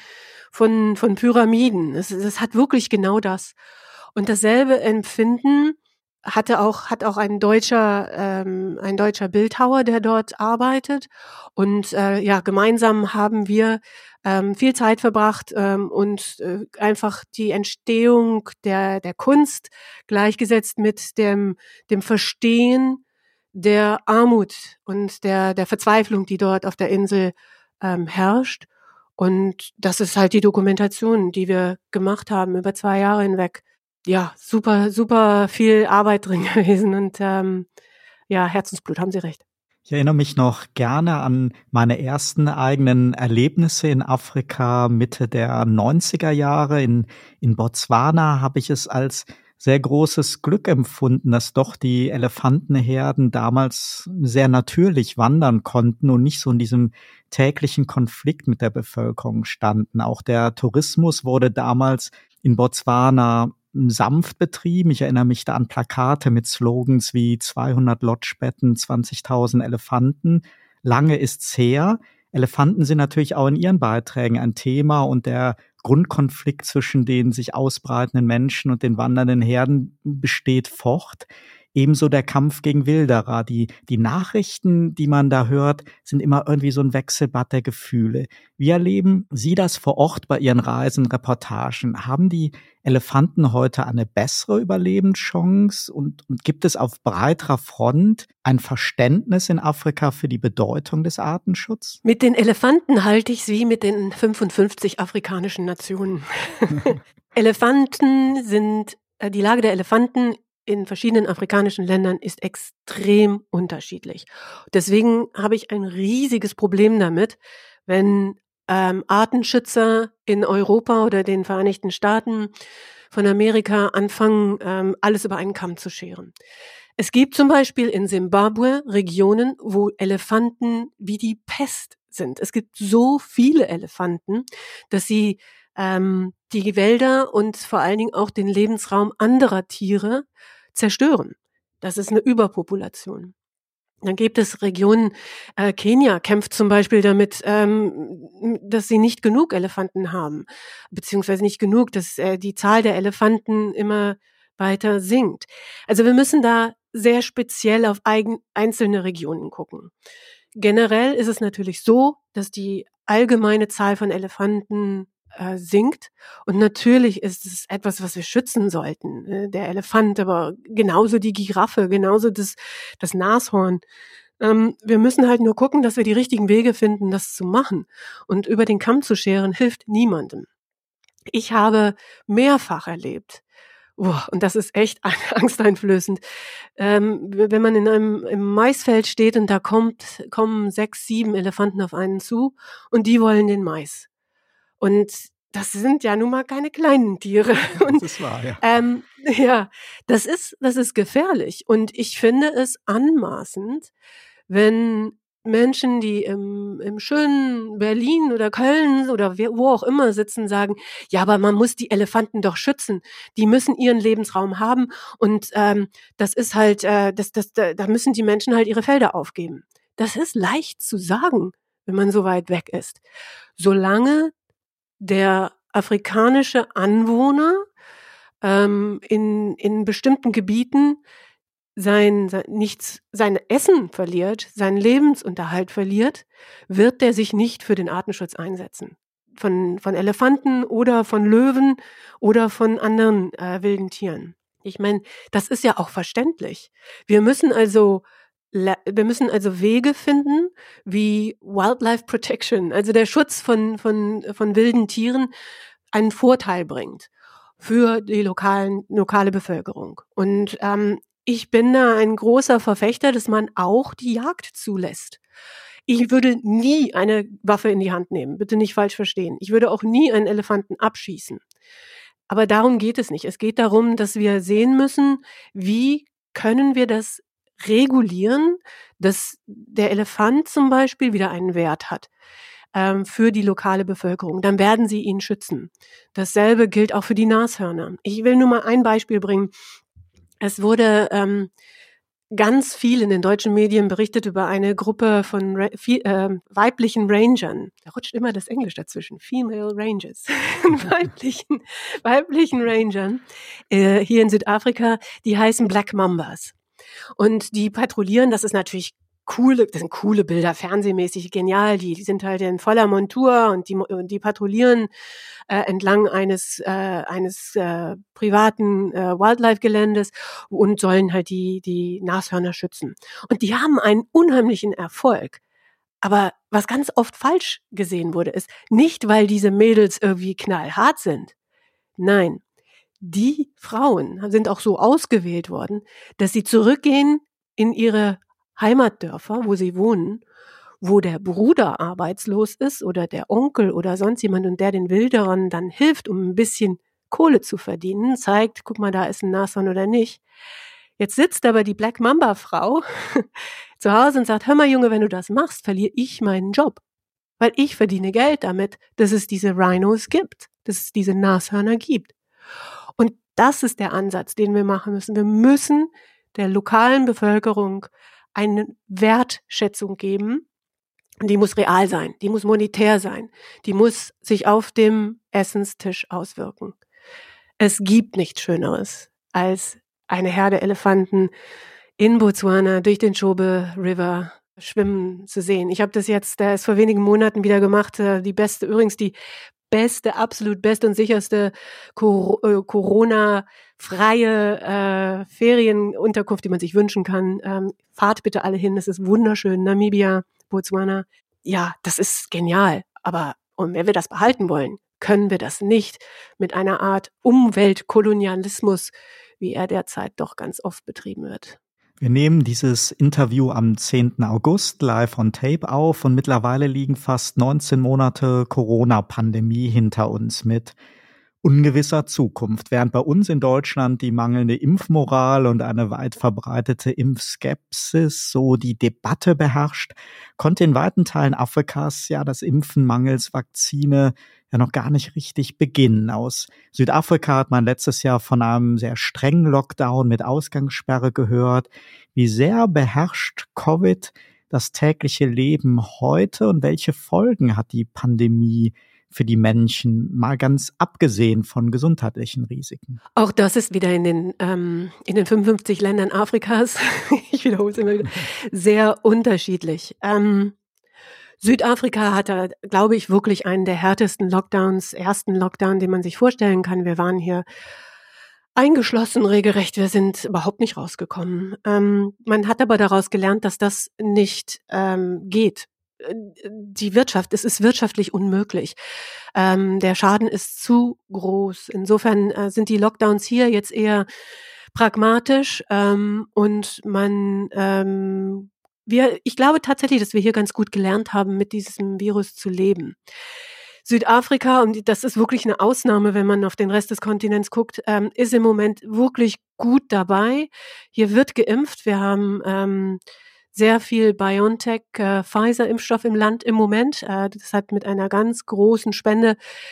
[SPEAKER 3] Pyramiden. Das hat wirklich genau das. Und dasselbe Empfinden hat auch ein deutscher Bildhauer, der dort arbeitet. Und gemeinsam haben wir viel Zeit verbracht und einfach die Entstehung der Kunst gleichgesetzt mit dem Verstehen der Armut und der Verzweiflung, die dort auf der Insel herrscht. Und das ist halt die Dokumentation, die wir gemacht haben über 2 Jahre hinweg. Ja, super, super viel Arbeit drin gewesen und Herzensblut, haben Sie recht.
[SPEAKER 1] Ich erinnere mich noch gerne an meine ersten eigenen Erlebnisse in Afrika Mitte der 90er Jahre. In Botswana habe ich es als sehr großes Glück empfunden, dass doch die Elefantenherden damals sehr natürlich wandern konnten und nicht so in diesem täglichen Konflikt mit der Bevölkerung standen. Auch der Tourismus wurde damals in Botswana sanft betrieben. Ich erinnere mich da an Plakate mit Slogans wie 200 Lodgebetten, 20.000 Elefanten. Lange ist's her. Elefanten sind natürlich auch in ihren Beiträgen ein Thema und der Grundkonflikt zwischen den sich ausbreitenden Menschen und den wandernden Herden besteht fort. Ebenso der Kampf gegen Wilderer. Die Nachrichten, die man da hört, sind immer irgendwie so ein Wechselbad der Gefühle. Wie erleben Sie das vor Ort bei Ihren Reisen, Reportagen? Haben die Elefanten heute eine bessere Überlebenschance? Und gibt es auf breiterer Front ein Verständnis in Afrika für die Bedeutung des Artenschutzes?
[SPEAKER 3] Mit den Elefanten halte ich es wie mit den 55 afrikanischen Nationen. Die Lage der Elefanten in verschiedenen afrikanischen Ländern ist extrem unterschiedlich. Deswegen habe ich ein riesiges Problem damit, wenn Artenschützer in Europa oder den Vereinigten Staaten von Amerika anfangen, alles über einen Kamm zu scheren. Es gibt zum Beispiel in Simbabwe Regionen, wo Elefanten wie die Pest sind. Es gibt so viele Elefanten, dass sie die Wälder und vor allen Dingen auch den Lebensraum anderer Tiere zerstören. Das ist eine Überpopulation. Dann gibt es Regionen, Kenia kämpft zum Beispiel damit, dass sie nicht genug Elefanten haben, beziehungsweise nicht genug, dass die Zahl der Elefanten immer weiter sinkt. Also wir müssen da sehr speziell auf einzelne Regionen gucken. Generell ist es natürlich so, dass die allgemeine Zahl von Elefanten sinkt. Und natürlich ist es etwas, was wir schützen sollten. Der Elefant, aber genauso die Giraffe, genauso das Nashorn. Wir müssen halt nur gucken, dass wir die richtigen Wege finden, das zu machen. Und über den Kamm zu scheren, hilft niemandem. Ich habe mehrfach erlebt, und das ist echt angsteinflößend, wenn man im Maisfeld steht und da kommen 6, 7 Elefanten auf einen zu und die wollen den Mais. Und das sind ja nun mal keine kleinen Tiere. Und,
[SPEAKER 1] das ist wahr, ja.
[SPEAKER 3] Das ist gefährlich. Und ich finde es anmaßend, wenn Menschen, die im schönen Berlin oder Köln oder wo auch immer sitzen, sagen, ja, aber man muss die Elefanten doch schützen. Die müssen ihren Lebensraum haben und das ist halt, da müssen die Menschen halt ihre Felder aufgeben. Das ist leicht zu sagen, wenn man so weit weg ist. Solange der afrikanische Anwohner in bestimmten Gebieten sein Essen verliert, seinen Lebensunterhalt verliert, wird der sich nicht für den Artenschutz einsetzen. Von Elefanten oder von Löwen oder von anderen wilden Tieren. Ich meine, das ist ja auch verständlich. Wir müssen also Wege finden, wie Wildlife Protection, also der Schutz von wilden Tieren, einen Vorteil bringt für die lokale Bevölkerung. Und ich bin da ein großer Verfechter, dass man auch die Jagd zulässt. Ich würde nie eine Waffe in die Hand nehmen, bitte nicht falsch verstehen. Ich würde auch nie einen Elefanten abschießen. Aber darum geht es nicht. Es geht darum, dass wir sehen müssen, wie können wir das regulieren, dass der Elefant zum Beispiel wieder einen Wert hat für die lokale Bevölkerung. Dann werden sie ihn schützen. Dasselbe gilt auch für die Nashörner. Ich will nur mal ein Beispiel bringen. Es wurde ganz viel in den deutschen Medien berichtet über eine Gruppe von weiblichen Rangern. Da rutscht immer das Englisch dazwischen. Female Rangers. weiblichen Rangern hier in Südafrika, die heißen Black Mambas. Und die patrouillieren, das ist natürlich das sind coole Bilder, fernsehmäßig genial, die sind halt in voller Montur und die patrouillieren entlang eines privaten Wildlife-Geländes und sollen halt die Nashörner schützen. Und die haben einen unheimlichen Erfolg. Aber was ganz oft falsch gesehen wurde, ist nicht, weil diese Mädels irgendwie knallhart sind. Nein, die Frauen sind auch so ausgewählt worden, dass sie zurückgehen in ihre Heimatdörfer, wo sie wohnen, wo der Bruder arbeitslos ist oder der Onkel oder sonst jemand und der den Wilderern dann hilft, um ein bisschen Kohle zu verdienen, zeigt, guck mal, da ist ein Nashorn oder nicht. Jetzt sitzt aber die Black Mamba Frau zu Hause und sagt, hör mal Junge, wenn du das machst, verliere ich meinen Job. Weil ich verdiene Geld damit, dass es diese Rhinos gibt, dass es diese Nashörner gibt. Und das ist der Ansatz, den wir machen müssen. Wir müssen der lokalen Bevölkerung eine Wertschätzung geben. Die muss real sein, die muss monetär sein, die muss sich auf dem Essenstisch auswirken. Es gibt nichts Schöneres, als eine Herde Elefanten in Botswana durch den Chobe River schwimmen zu sehen. Ich habe das jetzt erst vor wenigen Monaten wieder gemacht. Die absolut beste und sicherste Corona-freie Ferienunterkunft, die man sich wünschen kann. Fahrt bitte alle hin, es ist wunderschön. Namibia, Botswana. Ja, das ist genial. Aber und wenn wir das behalten wollen, können wir das nicht mit einer Art Umweltkolonialismus, wie er derzeit doch ganz oft betrieben wird.
[SPEAKER 1] Wir nehmen dieses Interview am 10. August live on tape auf und mittlerweile liegen fast 19 Monate Corona-Pandemie hinter uns mit ungewisser Zukunft. Während bei uns in Deutschland die mangelnde Impfmoral und eine weit verbreitete Impfskepsis so die Debatte beherrscht, konnte in weiten Teilen Afrikas ja das Impfen mangels Vakzine ja noch gar nicht richtig beginnen. Aus Südafrika hat man letztes Jahr von einem sehr strengen Lockdown mit Ausgangssperre gehört. Wie sehr beherrscht Covid das tägliche Leben heute und welche Folgen hat die Pandemie für die Menschen, mal ganz abgesehen von gesundheitlichen Risiken?
[SPEAKER 3] Auch das ist wieder in den 55 Ländern Afrikas, ich wiederhole es immer wieder, sehr unterschiedlich. Südafrika hatte, glaube ich, wirklich einen der härtesten ersten Lockdown, den man sich vorstellen kann. Wir waren hier eingeschlossen regelrecht, wir sind überhaupt nicht rausgekommen. Man hat aber daraus gelernt, dass das nicht geht. Es ist wirtschaftlich unmöglich. Der Schaden ist zu groß. Insofern sind die Lockdowns hier jetzt eher pragmatisch und ich glaube tatsächlich, dass wir hier ganz gut gelernt haben, mit diesem Virus zu leben. Südafrika, und das ist wirklich eine Ausnahme, wenn man auf den Rest des Kontinents guckt, ist im Moment wirklich gut dabei. Hier wird geimpft. Wir haben sehr viel BioNTech, Pfizer-Impfstoff im Land im Moment. Das hat mit einer ganz großen Spende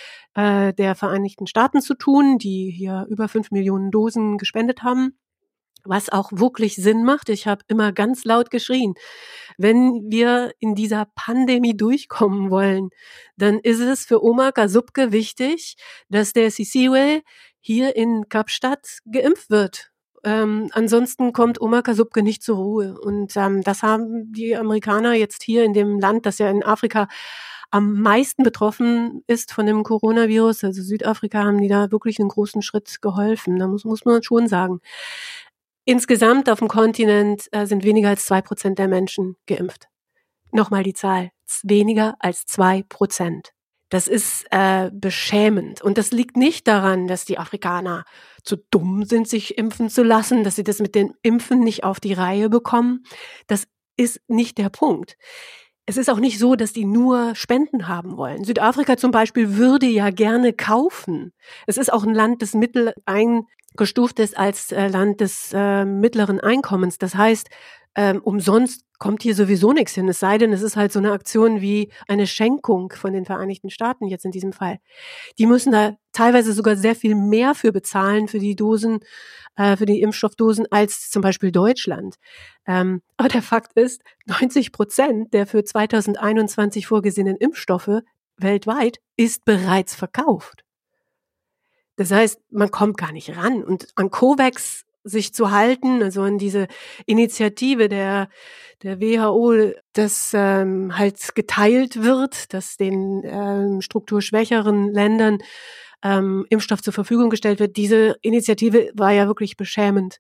[SPEAKER 3] der Vereinigten Staaten zu tun, die hier über 5 Millionen Dosen gespendet haben. Was auch wirklich Sinn macht. Ich habe immer ganz laut geschrien, wenn wir in dieser Pandemie durchkommen wollen, dann ist es für Omar Kasubke wichtig, dass der Sisiwe hier in Kapstadt geimpft wird. Ansonsten kommt Omar Kasubke nicht zur Ruhe. Und das haben die Amerikaner jetzt hier in dem Land, das ja in Afrika am meisten betroffen ist von dem Coronavirus, also Südafrika, haben die da wirklich einen großen Schritt geholfen. Da muss man schon sagen. Insgesamt auf dem Kontinent sind weniger als 2% der Menschen geimpft. Nochmal die Zahl, weniger als 2%. Das ist beschämend. Und das liegt nicht daran, dass die Afrikaner zu dumm sind, sich impfen zu lassen, dass sie das mit den Impfen nicht auf die Reihe bekommen. Das ist nicht der Punkt. Es ist auch nicht so, dass die nur Spenden haben wollen. Südafrika zum Beispiel würde ja gerne kaufen. Es ist auch ein Land, das eingestuft ist als Land des mittleren Einkommens. Das heißt, umsonst kommt hier sowieso nichts hin. Es sei denn, es ist halt so eine Aktion wie eine Schenkung von den Vereinigten Staaten jetzt in diesem Fall. Die müssen da teilweise sogar sehr viel mehr für bezahlen für die Dosen, für die Impfstoffdosen als zum Beispiel Deutschland. Aber der Fakt ist, 90% der für 2021 vorgesehenen Impfstoffe weltweit ist bereits verkauft. Das heißt, man kommt gar nicht ran. Und an COVAX sich zu halten, also an diese Initiative der WHO, dass halt geteilt wird, dass den strukturschwächeren Ländern Impfstoff zur Verfügung gestellt wird. Diese Initiative war ja wirklich beschämend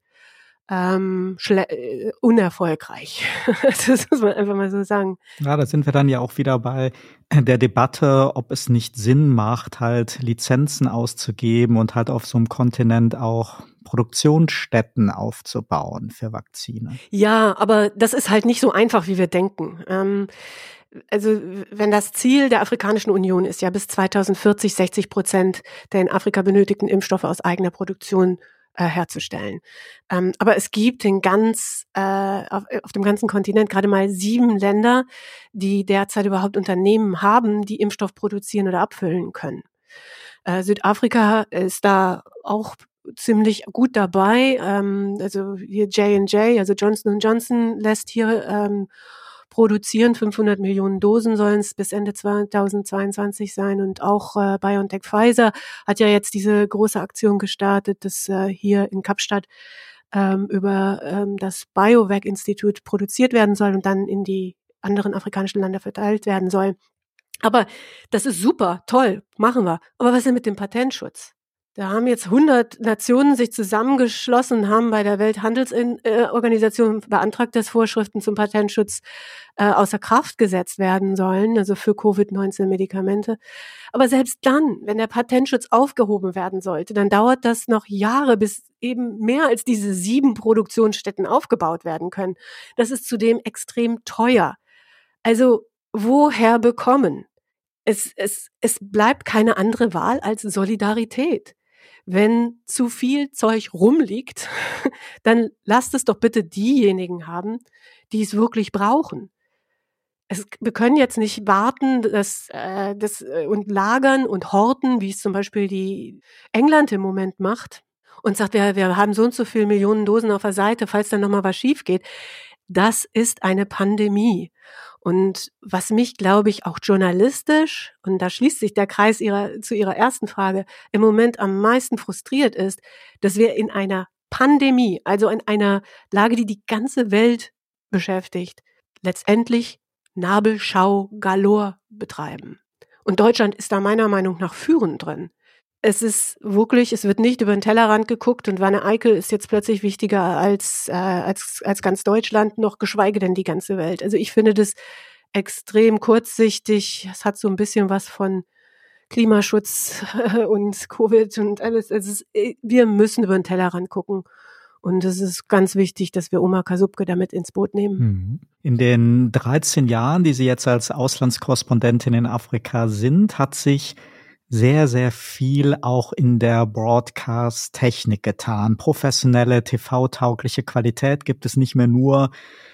[SPEAKER 3] unerfolgreich. Das muss man einfach mal so sagen.
[SPEAKER 1] Ja, da sind wir dann ja auch wieder bei der Debatte, ob es nicht Sinn macht, halt Lizenzen auszugeben und halt auf so einem Kontinent auch Produktionsstätten aufzubauen für Vakzine.
[SPEAKER 3] Ja, aber das ist halt nicht so einfach, wie wir denken. Also wenn das Ziel der Afrikanischen Union ist, ja bis 2040 60% der in Afrika benötigten Impfstoffe aus eigener Produktion herzustellen. Aber es gibt auf dem ganzen Kontinent gerade mal 7 Länder, die derzeit überhaupt Unternehmen haben, die Impfstoff produzieren oder abfüllen können. Südafrika ist da auch ziemlich gut dabei. Also hier J&J, also Johnson & Johnson lässt hier produzieren. 500 Millionen Dosen sollen es bis Ende 2022 sein. Und auch BioNTech Pfizer hat ja jetzt diese große Aktion gestartet, dass hier in Kapstadt über das BioVac-Institut produziert werden soll und dann in die anderen afrikanischen Länder verteilt werden soll. Aber das ist super, toll, machen wir. Aber was ist denn mit dem Patentschutz? Da haben jetzt 100 Nationen sich zusammengeschlossen und haben bei der Welthandelsorganisation beantragt, dass Vorschriften zum Patentschutz außer Kraft gesetzt werden sollen, also für Covid-19-Medikamente. Aber selbst dann, wenn der Patentschutz aufgehoben werden sollte, dann dauert das noch Jahre, bis eben mehr als diese 7 Produktionsstätten aufgebaut werden können. Das ist zudem extrem teuer. Also woher bekommen? Es bleibt keine andere Wahl als Solidarität. Wenn zu viel Zeug rumliegt, dann lasst es doch bitte diejenigen haben, die es wirklich brauchen. Wir können jetzt nicht warten, und lagern und horten, wie es zum Beispiel die England im Moment macht und sagt, wir haben so und so viele Millionen Dosen auf der Seite, falls dann nochmal was schief geht. Das ist eine Pandemie. Und was mich, glaube ich, auch journalistisch, und da schließt sich der Kreis zu Ihrer ersten Frage, im Moment am meisten frustriert ist, dass wir in einer Pandemie, also in einer Lage, die die ganze Welt beschäftigt, letztendlich Nabelschau galore betreiben. Und Deutschland ist da meiner Meinung nach führend drin. Es ist wirklich, es wird nicht über den Tellerrand geguckt und Wanne Eickel ist jetzt plötzlich wichtiger als ganz Deutschland, noch geschweige denn die ganze Welt. Also ich finde das extrem kurzsichtig. Es hat so ein bisschen was von Klimaschutz und Covid und alles. Wir müssen über den Tellerrand gucken. Und es ist ganz wichtig, dass wir Oma Kasubke damit ins Boot nehmen.
[SPEAKER 1] In den 13 Jahren, die Sie jetzt als Auslandskorrespondentin in Afrika sind, hat sich sehr, sehr viel auch in der Broadcast-Technik getan. Professionelle, TV-taugliche Qualität gibt es nicht mehr nur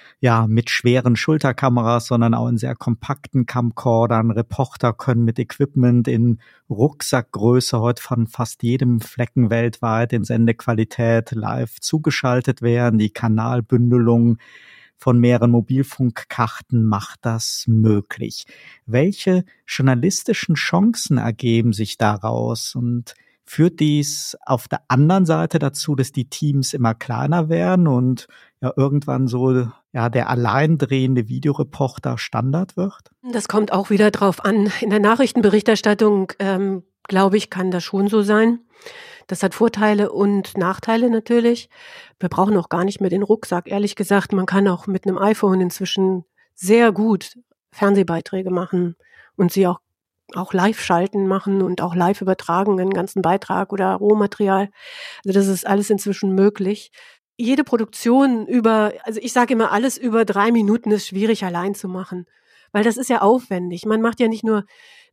[SPEAKER 1] mit schweren Schulterkameras, sondern auch in sehr kompakten Camcordern. Reporter können mit Equipment in Rucksackgröße heute von fast jedem Flecken weltweit in Sendequalität live zugeschaltet werden. Die Kanalbündelung von mehreren Mobilfunkkarten macht das möglich. Welche journalistischen Chancen ergeben sich daraus? Und führt dies auf der anderen Seite dazu, dass die Teams immer kleiner werden und irgendwann so der alleindrehende Videoreporter Standard wird?
[SPEAKER 3] Das kommt auch wieder drauf an. In der Nachrichtenberichterstattung, glaube ich, kann das schon so sein. Das hat Vorteile und Nachteile natürlich. Wir brauchen auch gar nicht mehr den Rucksack. Ehrlich gesagt, man kann auch mit einem iPhone inzwischen sehr gut Fernsehbeiträge machen und sie auch live schalten machen und auch live übertragen, einen ganzen Beitrag oder Rohmaterial. Also das ist alles inzwischen möglich. Jede Produktion ich sage immer, alles über 3 Minuten ist schwierig allein zu machen. Weil das ist ja aufwendig. Man macht ja nicht nur,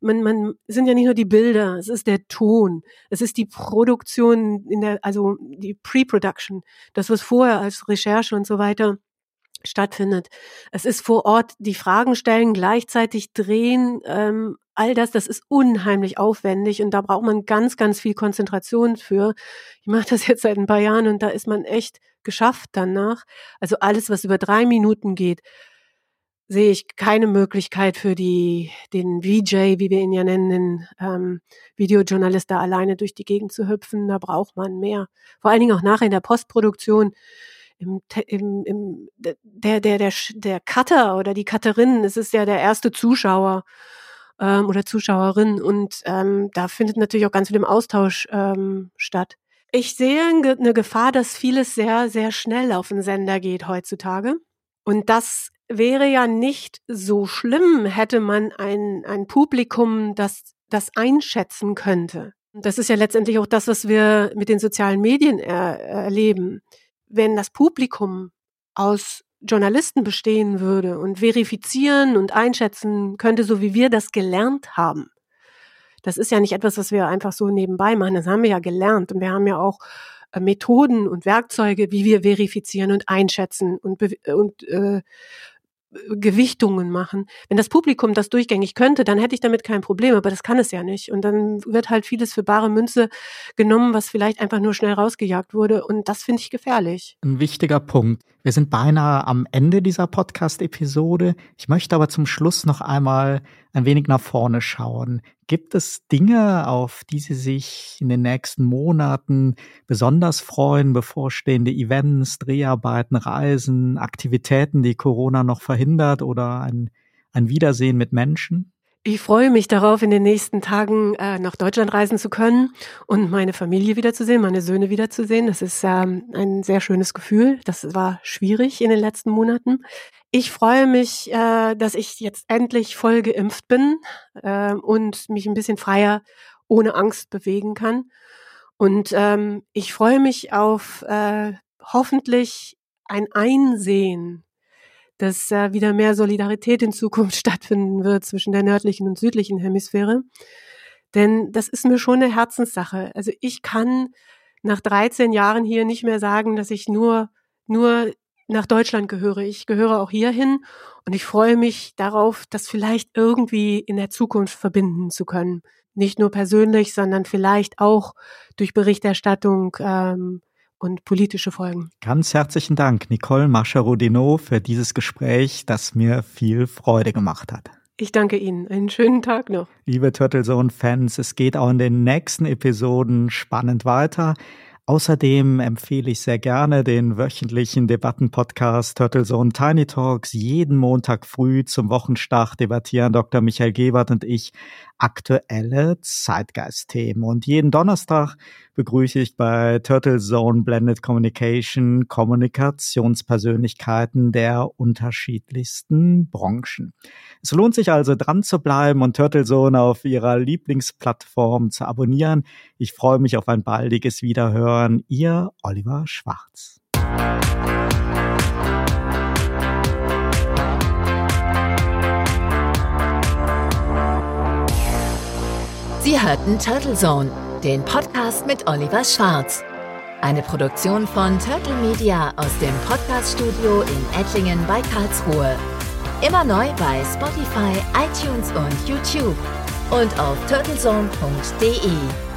[SPEAKER 3] sind ja nicht nur die Bilder, es ist der Ton, es ist die Produktion also die Pre-Production, das, was vorher als Recherche und so weiter stattfindet. Es ist vor Ort die Fragen stellen, gleichzeitig drehen, all das ist unheimlich aufwendig und da braucht man ganz, ganz viel Konzentration für. Ich mache das jetzt seit ein paar Jahren und da ist man echt geschafft danach. Also alles, was über 3 Minuten geht, sehe ich keine Möglichkeit für den VJ, wie wir ihn ja nennen, den Videojournalist, da alleine durch die Gegend zu hüpfen. Da braucht man mehr. Vor allen Dingen auch nachher in der Postproduktion, der Cutter oder die Cutterin, es ist ja der erste Zuschauer oder Zuschauerin und da findet natürlich auch ganz viel im Austausch statt. Ich sehe eine Gefahr, dass vieles sehr, sehr schnell auf den Sender geht heutzutage und das wäre ja nicht so schlimm, hätte man ein Publikum, das einschätzen könnte. Das ist ja letztendlich auch das, was wir mit den sozialen Medien erleben. Wenn das Publikum aus Journalisten bestehen würde und verifizieren und einschätzen könnte, so wie wir das gelernt haben. Das ist ja nicht etwas, was wir einfach so nebenbei machen. Das haben wir ja gelernt und wir haben ja auch Methoden und Werkzeuge, wie wir verifizieren und einschätzen und Gewichtungen machen. Wenn das Publikum das durchgängig könnte, dann hätte ich damit kein Problem, aber das kann es ja nicht. Und dann wird halt vieles für bare Münze genommen, was vielleicht einfach nur schnell rausgejagt wurde und das finde ich gefährlich.
[SPEAKER 1] Ein wichtiger Punkt. Wir sind beinahe am Ende dieser Podcast-Episode. Ich möchte aber zum Schluss noch einmal ein wenig nach vorne schauen. Gibt es Dinge, auf die Sie sich in den nächsten Monaten besonders freuen, bevorstehende Events, Dreharbeiten, Reisen, Aktivitäten, die Corona noch verhindert oder ein Wiedersehen mit Menschen?
[SPEAKER 3] Ich freue mich darauf, in den nächsten Tagen nach Deutschland reisen zu können und meine Familie wiederzusehen, meine Söhne wiederzusehen. Das ist ein sehr schönes Gefühl. Das war schwierig in den letzten Monaten. Ich freue mich, dass ich jetzt endlich voll geimpft bin und mich ein bisschen freier, ohne Angst bewegen kann. Und ich freue mich auf hoffentlich ein Einsehen, dass wieder mehr Solidarität in Zukunft stattfinden wird zwischen der nördlichen und südlichen Hemisphäre. Denn das ist mir schon eine Herzenssache. Also ich kann nach 13 Jahren hier nicht mehr sagen, dass ich nur nach Deutschland gehöre. Ich gehöre auch hierhin und ich freue mich darauf, das vielleicht irgendwie in der Zukunft verbinden zu können. Nicht nur persönlich, sondern vielleicht auch durch Berichterstattung und politische Folgen.
[SPEAKER 1] Ganz herzlichen Dank, Nicole Mascharow-Denot, für dieses Gespräch, das mir viel Freude gemacht hat.
[SPEAKER 3] Ich danke Ihnen. Einen schönen Tag noch.
[SPEAKER 1] Liebe Turtle Zone-Fans, es geht auch in den nächsten Episoden spannend weiter. Außerdem empfehle ich sehr gerne den wöchentlichen Debattenpodcast Turtle Zone Tiny Talks. Jeden Montag früh zum Wochenstart debattieren Dr. Michael Gebert und ich aktuelle Zeitgeist-Themen. Und jeden Donnerstag begrüße ich bei Turtle Zone Blended Communication Kommunikationspersönlichkeiten der unterschiedlichsten Branchen. Es lohnt sich also dran zu bleiben und Turtle Zone auf Ihrer Lieblingsplattform zu abonnieren. Ich freue mich auf ein baldiges Wiederhören. Ihr Oliver Schwarz.
[SPEAKER 2] Sie hörten Turtle Zone, den Podcast mit Oliver Schwarz. Eine Produktion von Turtle Media aus dem Podcaststudio in Ettlingen bei Karlsruhe. Immer neu bei Spotify, iTunes und YouTube und auf turtlezone.de.